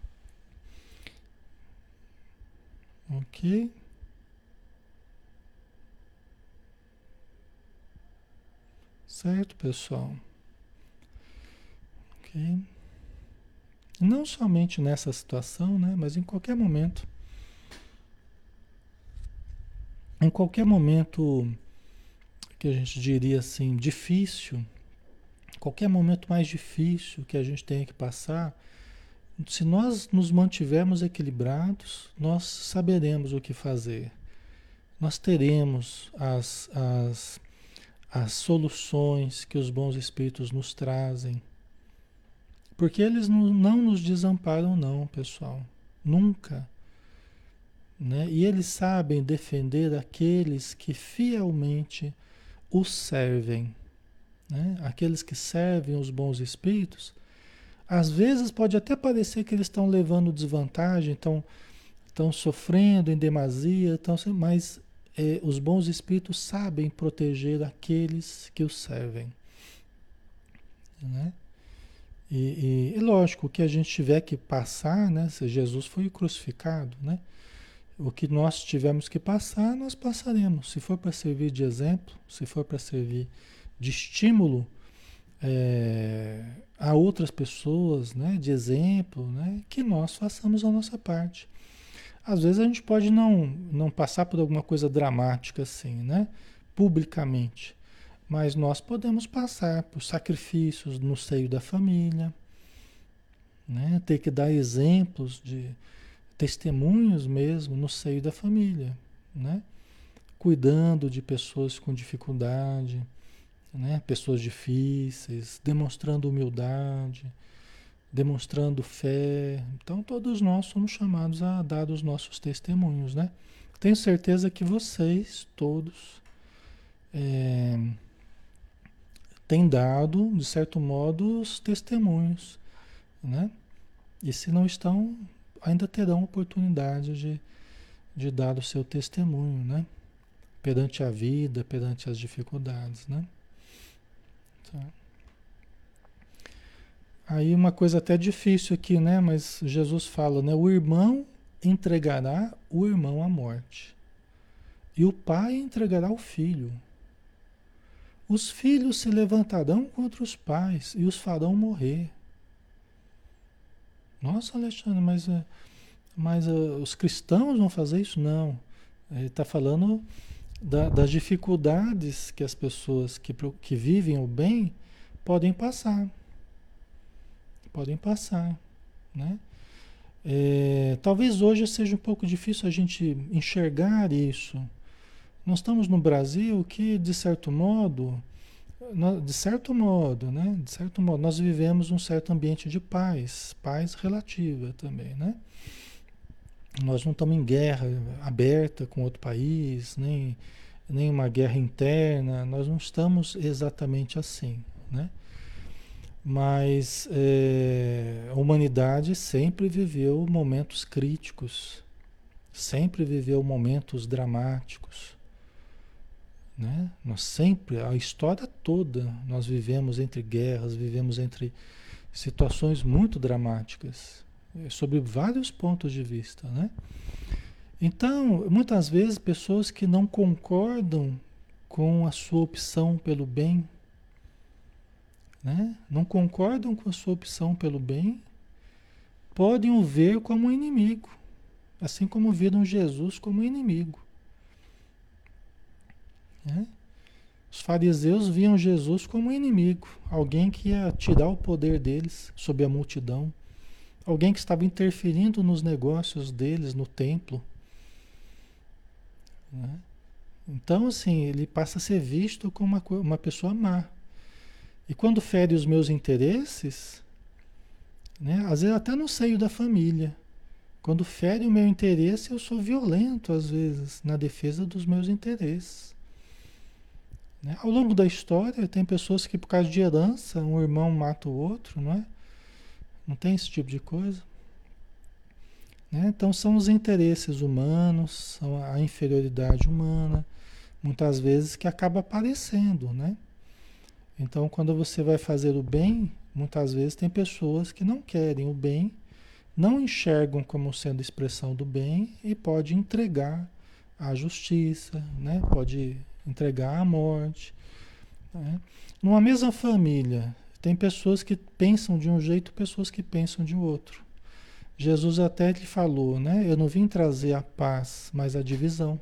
A: Ok? Certo, pessoal? Ok? Não somente nessa situação, né, mas em qualquer momento. Em qualquer momento que a gente diria assim, difícil, qualquer momento mais difícil que a gente tenha que passar, se nós nos mantivermos equilibrados, nós saberemos o que fazer. Nós teremos as, as, as soluções que os bons espíritos nos trazem. Porque eles não, não nos desamparam não, pessoal. Nunca. Né? E eles sabem defender aqueles que fielmente os servem. Né? Aqueles que servem os bons espíritos, às vezes pode até parecer que eles estão levando desvantagem, estão, estão sofrendo em demasia, estão, mas é, os bons espíritos sabem proteger aqueles que os servem. Né? E, e, e lógico, o que a gente tiver que passar, né? Se Jesus foi crucificado, né? O que nós tivermos que passar, nós passaremos. Se for para servir de exemplo, se for para servir de estímulo é, a outras pessoas, né, de exemplo, né, que nós façamos a nossa parte. Às vezes a gente pode não, não passar por alguma coisa dramática assim, né, publicamente, mas nós podemos passar por sacrifícios no seio da família, né, ter que dar exemplos de testemunhos mesmo no seio da família, né, cuidando de pessoas com dificuldade, né? Pessoas difíceis, demonstrando humildade, demonstrando fé. Então todos nós somos chamados a dar os nossos testemunhos, né? Tenho certeza que vocês todos é, têm dado, de certo modo, os testemunhos, né? E se não estão, ainda terão oportunidade de, de dar o seu testemunho, né? Perante a vida, perante as dificuldades, né? Aí uma coisa até difícil aqui, né? Mas Jesus fala, né? O irmão entregará o irmão à morte. E o pai entregará o filho. Os filhos se levantarão contra os pais e os farão morrer. Nossa, Alexandre, mas, mas uh, os cristãos vão fazer isso? Não. Ele está falando da, das dificuldades que as pessoas que, que vivem o bem podem passar. Podem passar, né? É, talvez hoje seja um pouco difícil a gente enxergar isso. Nós estamos no Brasil que, de certo modo, nó- de certo modo, né? De certo modo, nós vivemos um certo ambiente de paz, paz relativa também, né? Nós não estamos em guerra aberta com outro país, nem, nem uma guerra interna, nós não estamos exatamente assim, né? Mas é, a humanidade sempre viveu momentos críticos, sempre viveu momentos dramáticos, né? Nós sempre, a história toda, nós vivemos entre guerras, vivemos entre situações muito dramáticas, eh, sob vários pontos de vista, né? Então, muitas vezes, pessoas que não concordam com a sua opção pelo bem, né? Não concordam com a sua opção pelo bem, podem o ver como um inimigo, assim como viram Jesus como inimigo, né? Os fariseus viam Jesus como inimigo, alguém que ia tirar o poder deles sobre a multidão, alguém que estava interferindo nos negócios deles, no templo, né? Então, assim, ele passa a ser visto como uma, co- uma pessoa má. E quando fere os meus interesses, né, às vezes até no seio da família, quando fere o meu interesse, eu sou violento, às vezes, na defesa dos meus interesses, né? Ao longo da história, tem pessoas que, por causa de herança, um irmão mata o outro, não é? Não tem esse tipo de coisa, né? Então, são os interesses humanos, são a inferioridade humana, muitas vezes, que acaba aparecendo, né? Então, quando você vai fazer o bem, muitas vezes tem pessoas que não querem o bem, não enxergam como sendo expressão do bem e pode entregar à justiça, né? Pode entregar à morte, né? Numa mesma família, tem pessoas que pensam de um jeito, pessoas que pensam de outro. Jesus até lhe falou, né? Eu não vim trazer a paz, mas a divisão.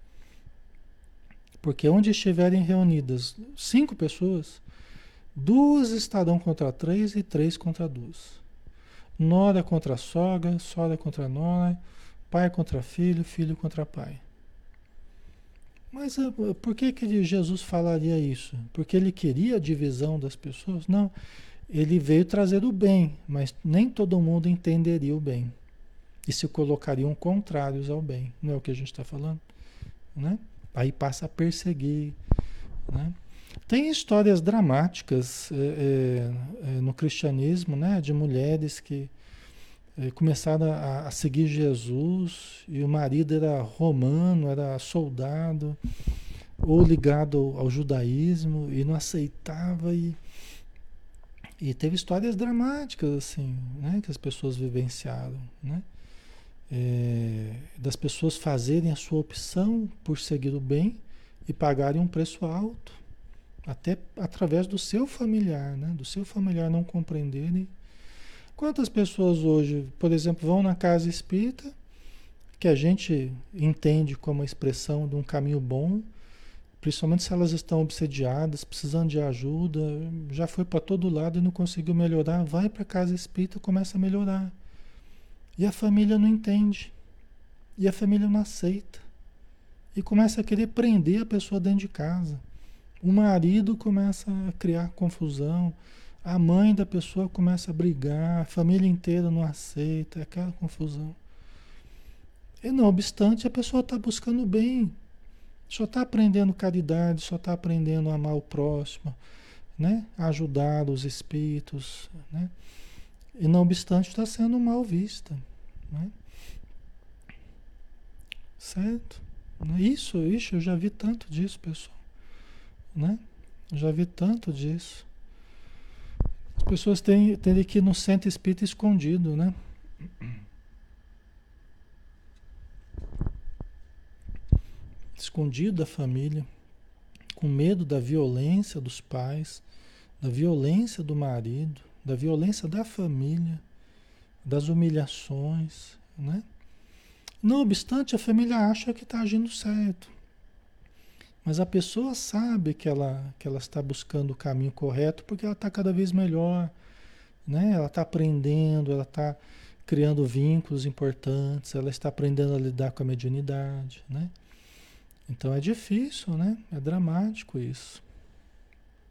A: Porque onde estiverem reunidas cinco pessoas, duas estarão contra três e três contra duas. Nora contra sogra, sogra contra nora, pai contra filho, filho contra pai. Mas ah, por que que Jesus falaria isso? Porque ele queria a divisão das pessoas? Não, ele veio trazer o bem, mas nem todo mundo entenderia o bem. E se colocariam contrários ao bem, não é o que a gente está falando, né? Aí passa a perseguir, né? Tem histórias dramáticas é, é, no cristianismo, né, de mulheres que é, começaram a, a seguir Jesus e o marido era romano, era soldado ou ligado ao, ao judaísmo e não aceitava e, e teve histórias dramáticas assim, né, que as pessoas vivenciaram, né, é, das pessoas fazerem a sua opção por seguir o bem e pagarem um preço alto. Até através do seu familiar, né? Do seu familiar não compreenderem. Quantas pessoas hoje, por exemplo, vão na casa espírita, que a gente entende como a expressão de um caminho bom, principalmente se elas estão obsediadas, precisando de ajuda, já foi para todo lado e não conseguiu melhorar, vai para a casa espírita e começa a melhorar. E a família não entende. E a família não aceita. E começa a querer prender a pessoa dentro de casa. O marido começa a criar confusão, a mãe da pessoa começa a brigar, a família inteira não aceita, é aquela confusão. E não obstante, a pessoa está buscando o bem, só está aprendendo caridade, só está aprendendo a amar o próximo, né? A ajudar os espíritos, né? E não obstante está sendo mal vista, né? Certo? Isso, isso, eu já vi tanto disso, pessoal. Né? Já vi tanto disso. As pessoas têm, têm que ir no centro espírita escondido, né? Escondido da família, com medo da violência dos pais, da violência do marido, da violência da família, das humilhações, né? Não obstante, a família acha que está agindo certo. Mas a pessoa sabe que ela, que ela está buscando o caminho correto porque ela está cada vez melhor, né? Ela está aprendendo, ela está criando vínculos importantes, ela está aprendendo a lidar com a mediunidade, né? Então é difícil, né? É dramático isso.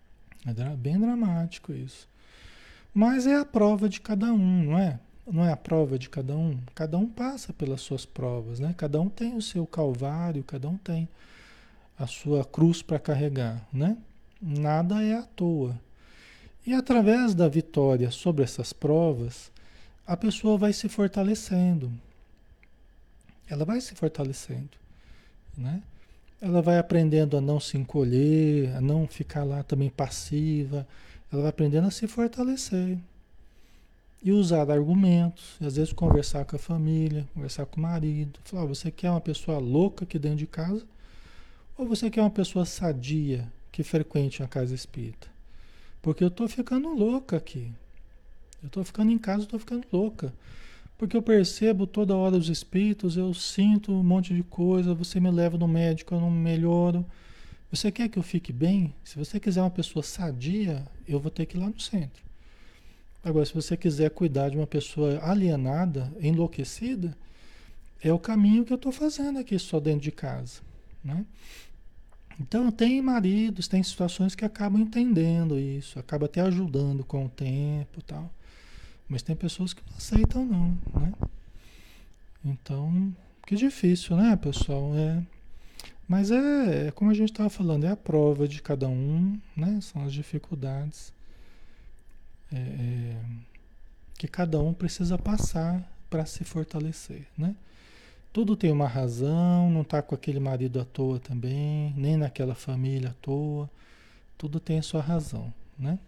A: É dra- bem dramático isso. Mas é a prova de cada um, não é? Não é a prova de cada um? Cada um passa pelas suas provas, né? Cada um tem o seu calvário, cada um tem a sua cruz para carregar, né? Nada é à toa. E através da vitória sobre essas provas, a pessoa vai se fortalecendo. Ela vai se fortalecendo, né? Ela vai aprendendo a não se encolher, a não ficar lá também passiva. Ela vai aprendendo a se fortalecer e usar argumentos, e às vezes conversar com a família, conversar com o marido, falar, "Ah, você quer uma pessoa louca aqui dentro de casa ou você quer uma pessoa sadia que frequente a casa espírita? Porque eu estou ficando louca aqui. Eu estou ficando em casa, estou ficando louca. Porque eu percebo toda hora os espíritos, eu sinto um monte de coisa, você me leva no médico, eu não melhoro. Você quer que eu fique bem? Se você quiser uma pessoa sadia, eu vou ter que ir lá no centro. Agora, se você quiser cuidar de uma pessoa alienada, enlouquecida, é o caminho que eu estou fazendo aqui só dentro de casa, né? Então, tem maridos, tem situações que acabam entendendo isso, acaba até ajudando com o tempo e tal. Mas tem pessoas que não aceitam não, né? Então, que difícil, né, pessoal? É, mas é, é como a gente estava falando, é a prova de cada um, né? São as dificuldades é, é, que cada um precisa passar para se fortalecer, né? Tudo tem uma razão, não está com aquele marido à toa também, nem naquela família à toa. Tudo tem a sua razão, né?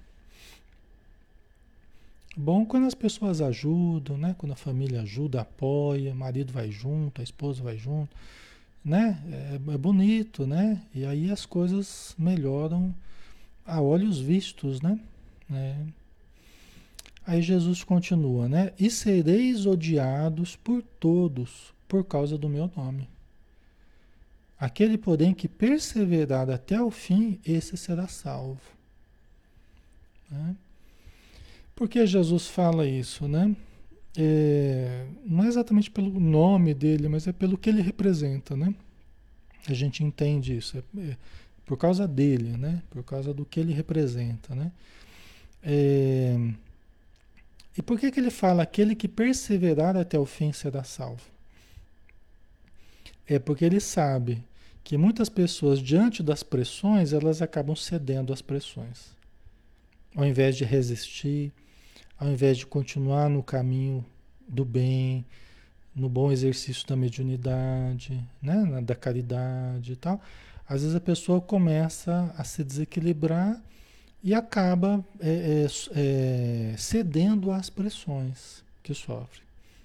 A: Bom quando as pessoas ajudam, né? Quando a família ajuda, apoia, o marido vai junto, a esposa vai junto, né? É, é bonito, né? E aí as coisas melhoram a olhos vistos, né? É. Aí Jesus continua, né? E sereis odiados por todos por causa do meu nome. Aquele, porém, que perseverar até o fim, esse será salvo. Né? Por que Jesus fala isso, né? É, não é exatamente pelo nome dele, mas é pelo que ele representa, né? A gente entende isso, é, é por causa dele, né? Por causa do que ele representa, né? É, e por que que ele fala aquele que perseverar até o fim será salvo? É porque ele sabe que muitas pessoas, diante das pressões, elas acabam cedendo às pressões. Ao invés de resistir, ao invés de continuar no caminho do bem, no bom exercício da mediunidade, né, da caridade e tal, às vezes a pessoa começa a se desequilibrar e acaba é, é, é, cedendo às pressões que sofre.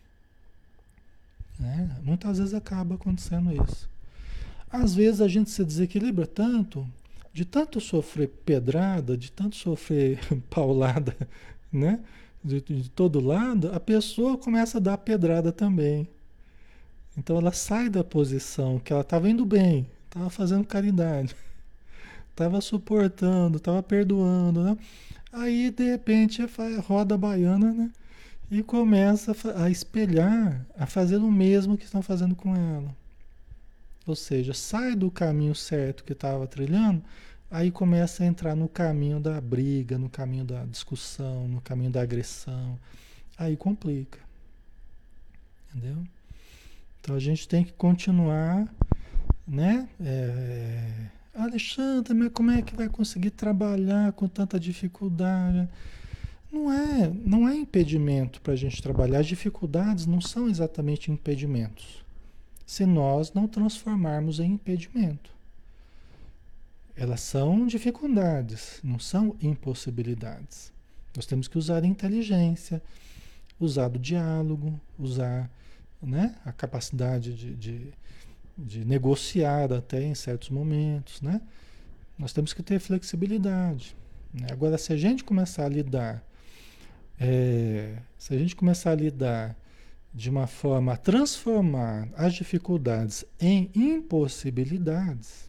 A: Né? Muitas vezes acaba acontecendo isso. Às vezes a gente se desequilibra tanto, de tanto sofrer pedrada, de tanto sofrer paulada, né? De, de todo lado, a pessoa começa a dar pedrada também. Então ela sai da posição que ela estava indo bem, estava fazendo caridade, estava suportando, estava perdoando, né? Aí de repente roda a baiana, né? E começa a, a espelhar, a fazer o mesmo que estão fazendo com ela. Ou seja, sai do caminho certo que estava trilhando, aí começa a entrar no caminho da briga, no caminho da discussão, no caminho da agressão. Aí complica. Entendeu? Então a gente tem que continuar, né? É, Alexandre, mas como é que vai conseguir trabalhar com tanta dificuldade? Não é, não é impedimento para a gente trabalhar. As dificuldades não são exatamente impedimentos, se nós não transformarmos em impedimento. Elas são dificuldades, não são impossibilidades. Nós temos que usar a inteligência, usar o diálogo, usar, né, a capacidade de, de, de negociar até em certos momentos, né? Nós temos que ter flexibilidade. Né? Agora, se a gente começar a lidar, é, se a gente começar a lidar de uma forma a transformar as dificuldades em impossibilidades,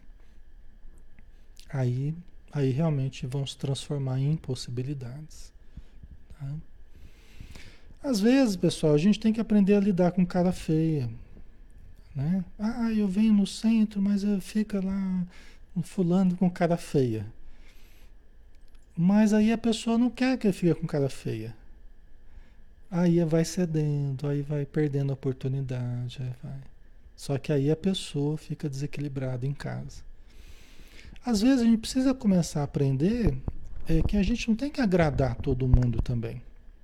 A: aí, aí realmente vão se transformar em impossibilidades. Tá? Às vezes, pessoal, a gente tem que aprender a lidar com cara feia. Né? Ah, eu venho no centro, mas fica lá um fulano com cara feia. Mas aí a pessoa não quer que fique com cara feia. Aí vai cedendo, aí vai perdendo a oportunidade, aí vai. Só que aí a pessoa fica desequilibrada em casa. Às vezes a gente precisa começar a aprender é, que a gente não tem que agradar todo mundo também.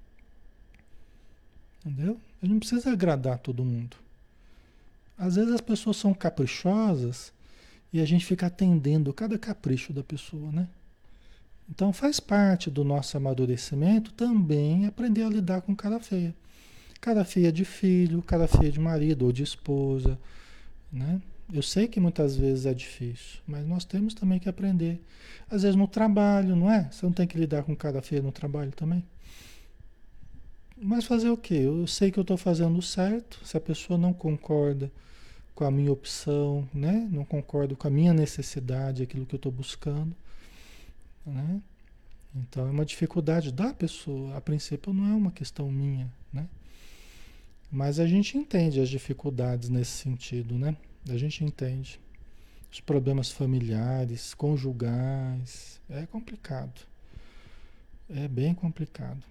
A: Entendeu? A gente não precisa agradar todo mundo. Às vezes as pessoas são caprichosas e a gente fica atendendo cada capricho da pessoa, né? Então faz parte do nosso amadurecimento também aprender a lidar com cara feia. Cara feia de filho, cara feia de marido ou de esposa, né? Eu sei que muitas vezes é difícil, mas nós temos também que aprender. Às vezes no trabalho, não é? Você não tem que lidar com cara feia no trabalho também? Mas fazer o quê? Eu sei que eu estou fazendo o certo, se a pessoa não concorda com a minha opção, né? Não concorda com a minha necessidade, aquilo que eu estou buscando, né? Então é uma dificuldade da pessoa. A princípio não é uma questão minha, né? Mas a gente entende as dificuldades nesse sentido, né? A gente entende. Os problemas familiares, conjugais, é complicado. É bem complicado.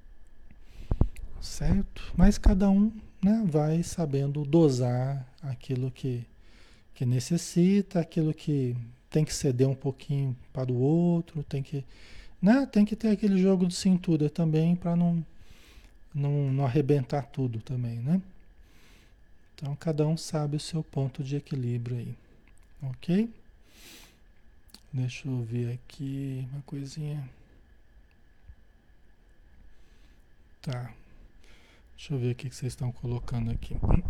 A: Certo? Mas cada um, né, vai sabendo dosar aquilo que, que necessita, aquilo que tem que ceder um pouquinho para o outro, tem que, né, tem que ter aquele jogo de cintura também para não, não, não arrebentar tudo também, né? Então cada um sabe o seu ponto de equilíbrio aí, ok? Deixa eu ver aqui uma coisinha. Tá. Deixa eu ver o que vocês estão colocando aqui.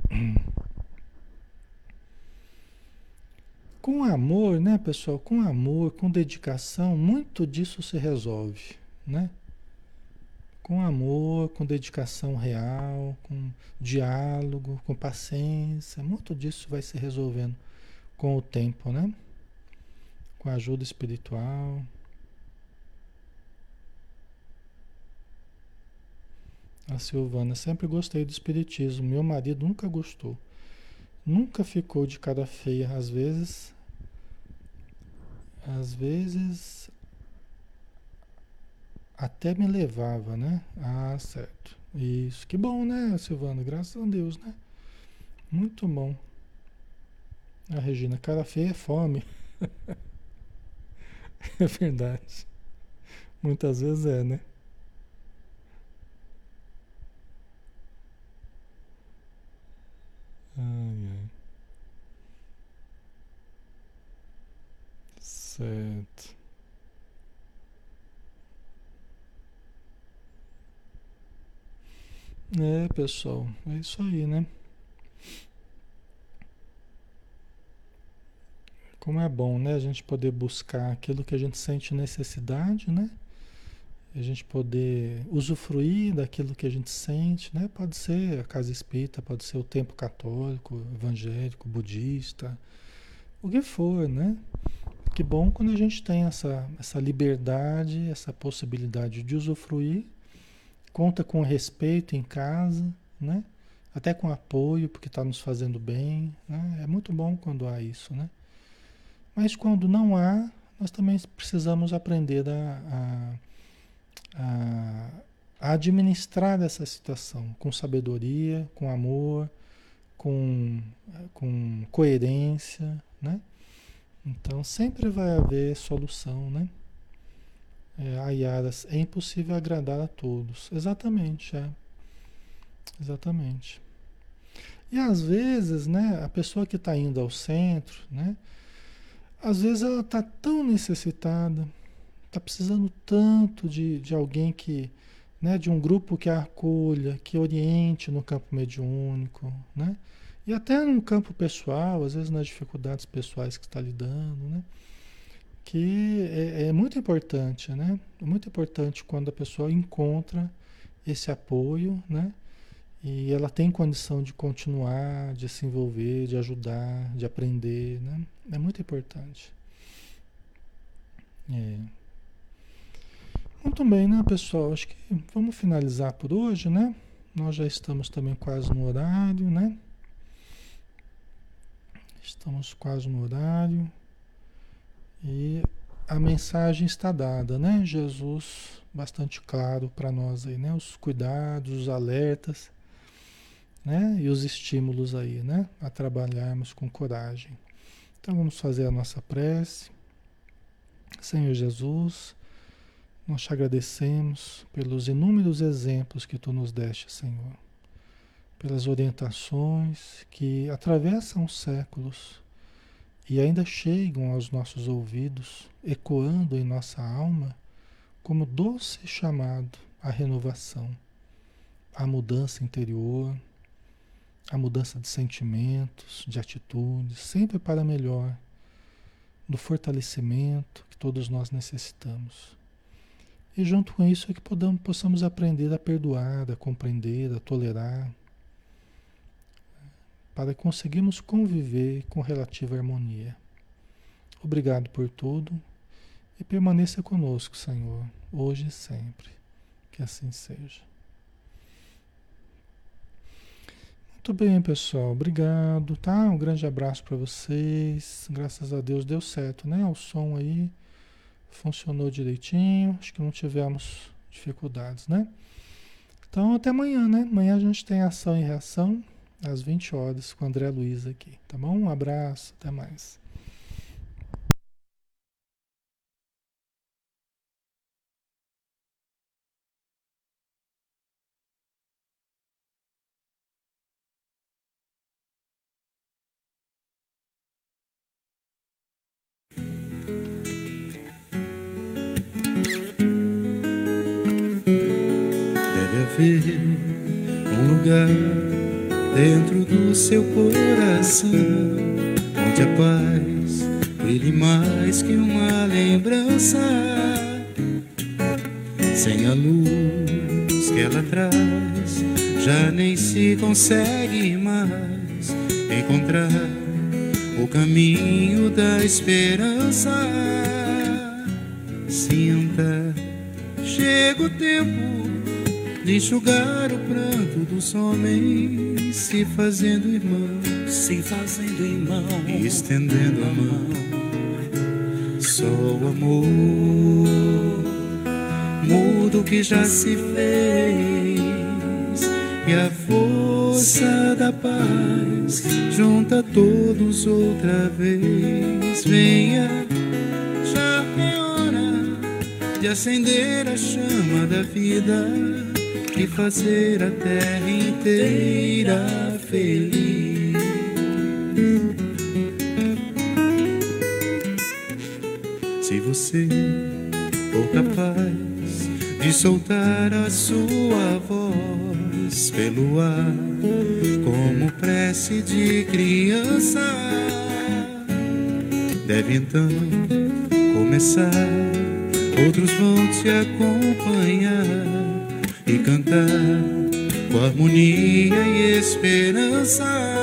A: Com amor, né, pessoal? Com amor, com dedicação, muito disso se resolve, né? Com amor, com dedicação real, com diálogo, com paciência, muito disso vai se resolvendo com o tempo, né? Com a ajuda espiritual. A Silvana, sempre gostei do espiritismo. Meu marido nunca gostou. Nunca ficou de cara feia. Às vezes, às vezes até me levava, né? Ah, certo. Isso. Que bom, né, Silvana? Graças a Deus, né? Muito bom. A Regina, cara feia é fome. É verdade. Muitas vezes é, né? Ai, ai. Certo. É, pessoal, é isso aí, né? Como é bom, né? A gente poder buscar aquilo que a gente sente necessidade, né? A gente poder usufruir daquilo que a gente sente, né? Pode ser a casa espírita, pode ser o templo católico, evangélico, budista, o que for, né? Que bom quando a gente tem essa, essa liberdade, essa possibilidade de usufruir, conta com respeito em casa, né? Até com apoio, porque está nos fazendo bem, né? É muito bom quando há isso, né? Mas quando não há, nós também precisamos aprender a, a, a administrar essa situação com sabedoria, com amor, com, com coerência, né? Então sempre vai haver solução, né? É, a Yara, é impossível agradar a todos. Exatamente, é. Exatamente. E às vezes, né, a pessoa que está indo ao centro, né, às vezes ela está tão necessitada, está precisando tanto de, de alguém que, né, de um grupo que a acolha, que oriente no campo mediúnico, né? E até no campo pessoal, às vezes nas dificuldades pessoais que está lidando, né? Que é, é muito importante, né? É muito importante quando a pessoa encontra esse apoio, né? E ela tem condição de continuar, de se envolver, de ajudar, de aprender, né? É muito importante. É. Muito bem, né, pessoal? Acho que vamos finalizar por hoje, né? Nós já estamos também quase no horário, né? Estamos quase no horário. E a mensagem está dada, né? Jesus, bastante claro para nós aí, né? Os cuidados, os alertas, né? E os estímulos aí, né? A trabalharmos com coragem. Então vamos fazer a nossa prece. Senhor Jesus, nós te agradecemos pelos inúmeros exemplos que tu nos deste, Senhor. Pelas orientações que atravessam os séculos e ainda chegam aos nossos ouvidos, ecoando em nossa alma como doce chamado à renovação, à mudança interior, à mudança de sentimentos, de atitudes, sempre para melhor, do fortalecimento que todos nós necessitamos. E junto com isso é que podamos, possamos aprender a perdoar, a compreender, a tolerar, para conseguirmos conviver com relativa harmonia. Obrigado por tudo e permaneça conosco, Senhor, hoje e sempre. Que assim seja. Muito bem, pessoal. Obrigado, tá? Um grande abraço para vocês. Graças a Deus deu certo, né? O som aí funcionou direitinho. Acho que não tivemos dificuldades, né? Então, até amanhã, né? Amanhã a gente tem ação e reação às vinte horas com o André Luiz aqui, tá bom? Um abraço, até mais.
B: Deve haver um lugar dentro do seu coração onde a paz brilhe mais que uma lembrança. Sem a luz que ela traz, já nem se consegue mais encontrar o caminho da esperança. Sinta, chega o tempo de enxugar o pranto dos homens, se fazendo irmão,
C: se fazendo irmão,
B: e estendendo a mão. Só o amor muda o que já se fez, e a força da paz junta todos outra vez. Venha, já é hora de acender a chama da vida e fazer a terra inteira feliz. Se você for capaz de soltar a sua voz pelo ar, como prece de criança, deve então começar. Outros vão te acompanhar e cantar com harmonia e esperança.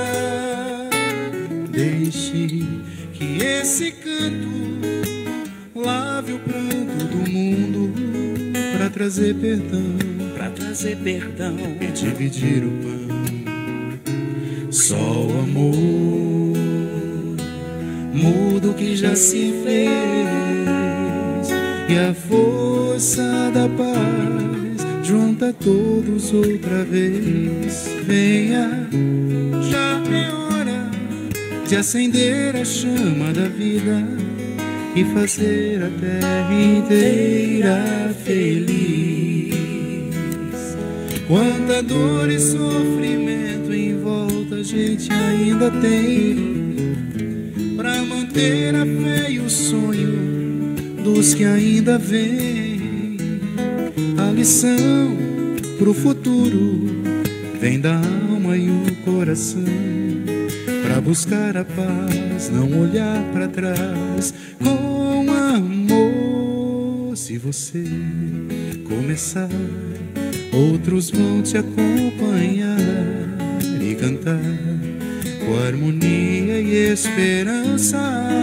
B: Deixe que esse canto lave o pranto do mundo para trazer perdão,
C: para trazer perdão
B: e dividir o pão. Só o amor muda o que já se fez, e a força da paz junta todos outra vez. Venha, já é hora de acender a chama da vida e fazer a terra inteira feliz. Quanta dor e sofrimento em volta a gente ainda tem, pra manter a fé e o sonho dos que ainda vêm. A lição pro futuro vem da alma e o coração, pra buscar a paz, não olhar pra trás. Com amor, se você começar, outros vão te acompanhar e cantar com harmonia e esperança.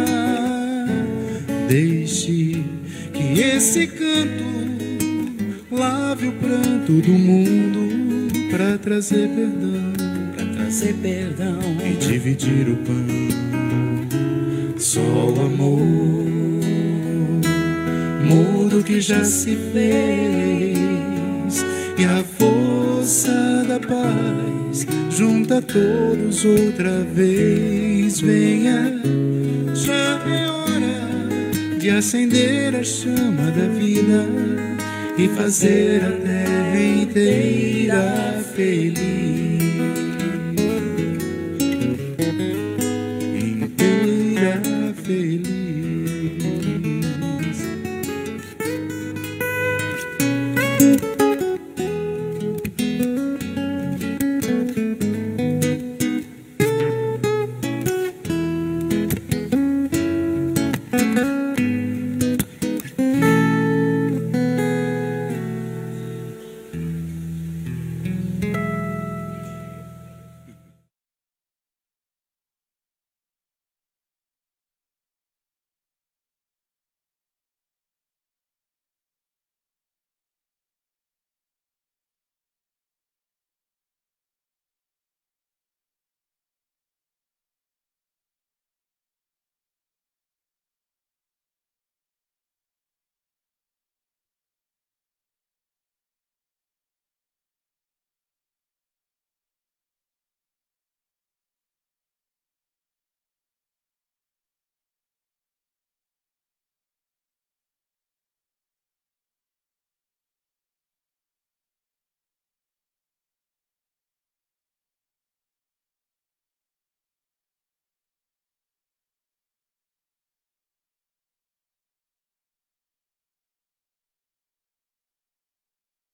B: Deixe que esse canto lave o pranto do mundo pra trazer perdão,
C: pra trazer perdão
B: e dividir o pão. Só o amor amor do que já se fez, e a força da paz junta todos outra vez. Venha, já é hora de acender a chama da vida e fazer a terra inteira feliz, inteira feliz.